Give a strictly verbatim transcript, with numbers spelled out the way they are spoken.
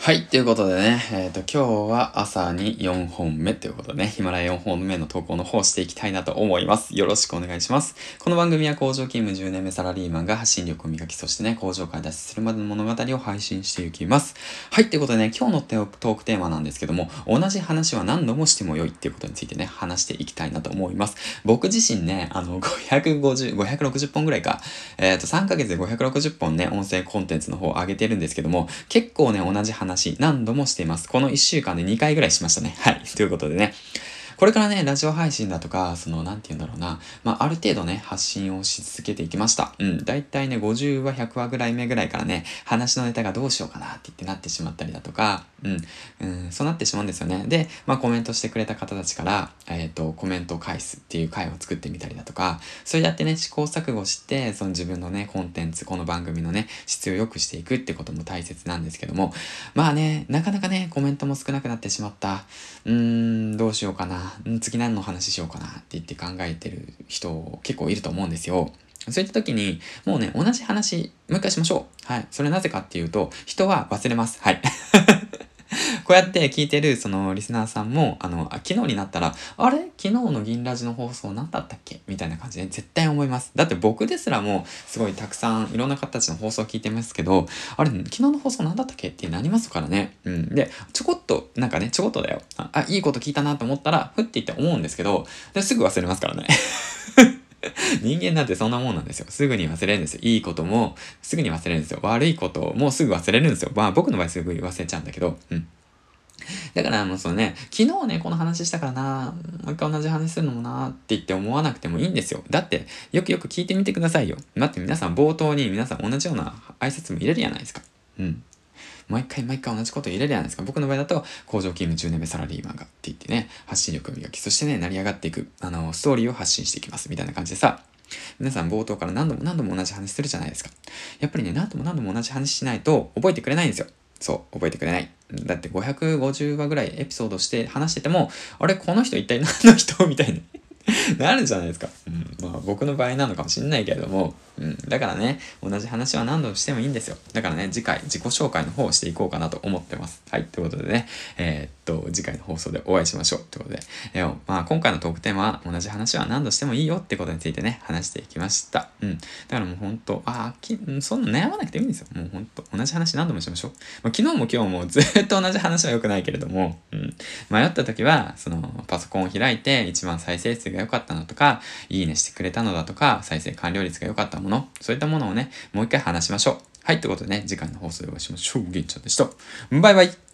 はい。ということでね、えっ、と、今日は朝によんほんめということでね、ヒマラヤよんほんめの投稿の方をしていきたいなと思います。よろしくお願いします。この番組は工場勤務じゅうねんめサラリーマンが発信力を磨き、そしてね、工場から脱出するまでの物語を配信していきます。はい。ということでね、今日のトークテーマなんですけども、同じ話は何度もしても良いっていうことについてね、話していきたいなと思います。僕自身ね、あの、ごひゃくごじゅう、ごひゃくろくじゅっぽんぐらいか、えっ、と、さんかげつでごひゃくろくじゅっぽんね、音声コンテンツの方を上げてるんですけども、結構ね、同じ話、何度もしています。このいっしゅうかんでにかいぐらいしましたね。はい。ということでね。これからね、ラジオ配信だとか、その、なんて言うんだろうな。まあ、ある程度ね、発信をし続けていきました。うん。だいたいね、ごじゅうわ、ひゃくわぐらい目ぐらいからね、話のネタがどうしようかなって言ってなってしまったりだとか、うん。うん、そうなってしまうんですよね。で、まあ、コメントしてくれた方たちから、えっと、コメントを返すっていう回を作ってみたりだとか、そうやってね、試行錯誤して、その自分のね、コンテンツ、この番組のね、質を良くしていくってことも大切なんですけども、まあね、なかなかね、コメントも少なくなってしまった。うーん、どうしようかな。ん次何の話しようかなって言って考えてる人結構いると思うんですよ。そういった時に、もうね、同じ話、もう一回しましょう。はい。それなぜかっていうと、人は忘れます。はい。こうやって聞いてるそのリスナーさんも、あの、あ昨日になったら、あれ昨日の銀ラジの放送何だったっけみたいな感じで絶対思います。だって僕ですらもすごいたくさんいろんな方たちの放送を聞いてますけど、あれ昨日の放送何だったっけってなりますからね。うん。で、ちょこっと、なんかね、ちょこっとだよ。あ、あいいこと聞いたなと思ったら、ふって言って思うんですけど、ですぐ忘れますからね。人間なんてそんなもんなんですよ。すぐに忘れるんですよ。いいこともすぐに忘れるんですよ。悪いこともすぐ忘れるんですよ。まあ僕の場合すぐ忘れちゃうんだけど、うん。だからもうそのね、昨日ね、この話したからな、もう一回同じ話するのもなって言って思わなくてもいいんですよ。だって、よくよく聞いてみてくださいよ。だって皆さん冒頭に皆さん同じような挨拶も入れるじゃないですか。うん。毎回毎回同じこと入れるじゃないですか。僕の場合だと、工場勤務じゅうねんめサラリーマンがって言ってね、発信力を磨き、そしてね、成り上がっていく、あの、ストーリーを発信していきます。みたいな感じでさ、皆さん冒頭から何度も何度も同じ話するじゃないですか。やっぱりね、何度も何度も同じ話しないと覚えてくれないんですよ。そう、覚えてくれない。だってごひゃくごじゅうわぐらいエピソードして話してても、あれ、この人一体何の人みたいになるじゃないですか。うん、まあ僕の場合なのかもしれないけれども、うん、だからね、同じ話は何度してもいいんですよ。だからね、次回自己紹介の方をしていこうかなと思ってます。はい、ということでね、えー、っと、次回の放送でお会いしましょう。ということで、えー、まあ今回のトークテーマは同じ話は何度してもいいよってことについてね、話していきました。うん。だからもうほんと、ああ、そんな悩まなくていいんですよ。もうほんと、同じ話何度もしましょう。まあ、昨日も今日もずっと同じ話は良くないけれども、うん。迷った時は、その、パソコンを開いて一番再生数が良かったのとか、いいねしてくれたのだとか、再生完了率が良かったもの、そういったものをね、もう一回話しましょう。はい、ということでね、次回の放送でお会いしましょう。げんちゃんでした。バイバイ。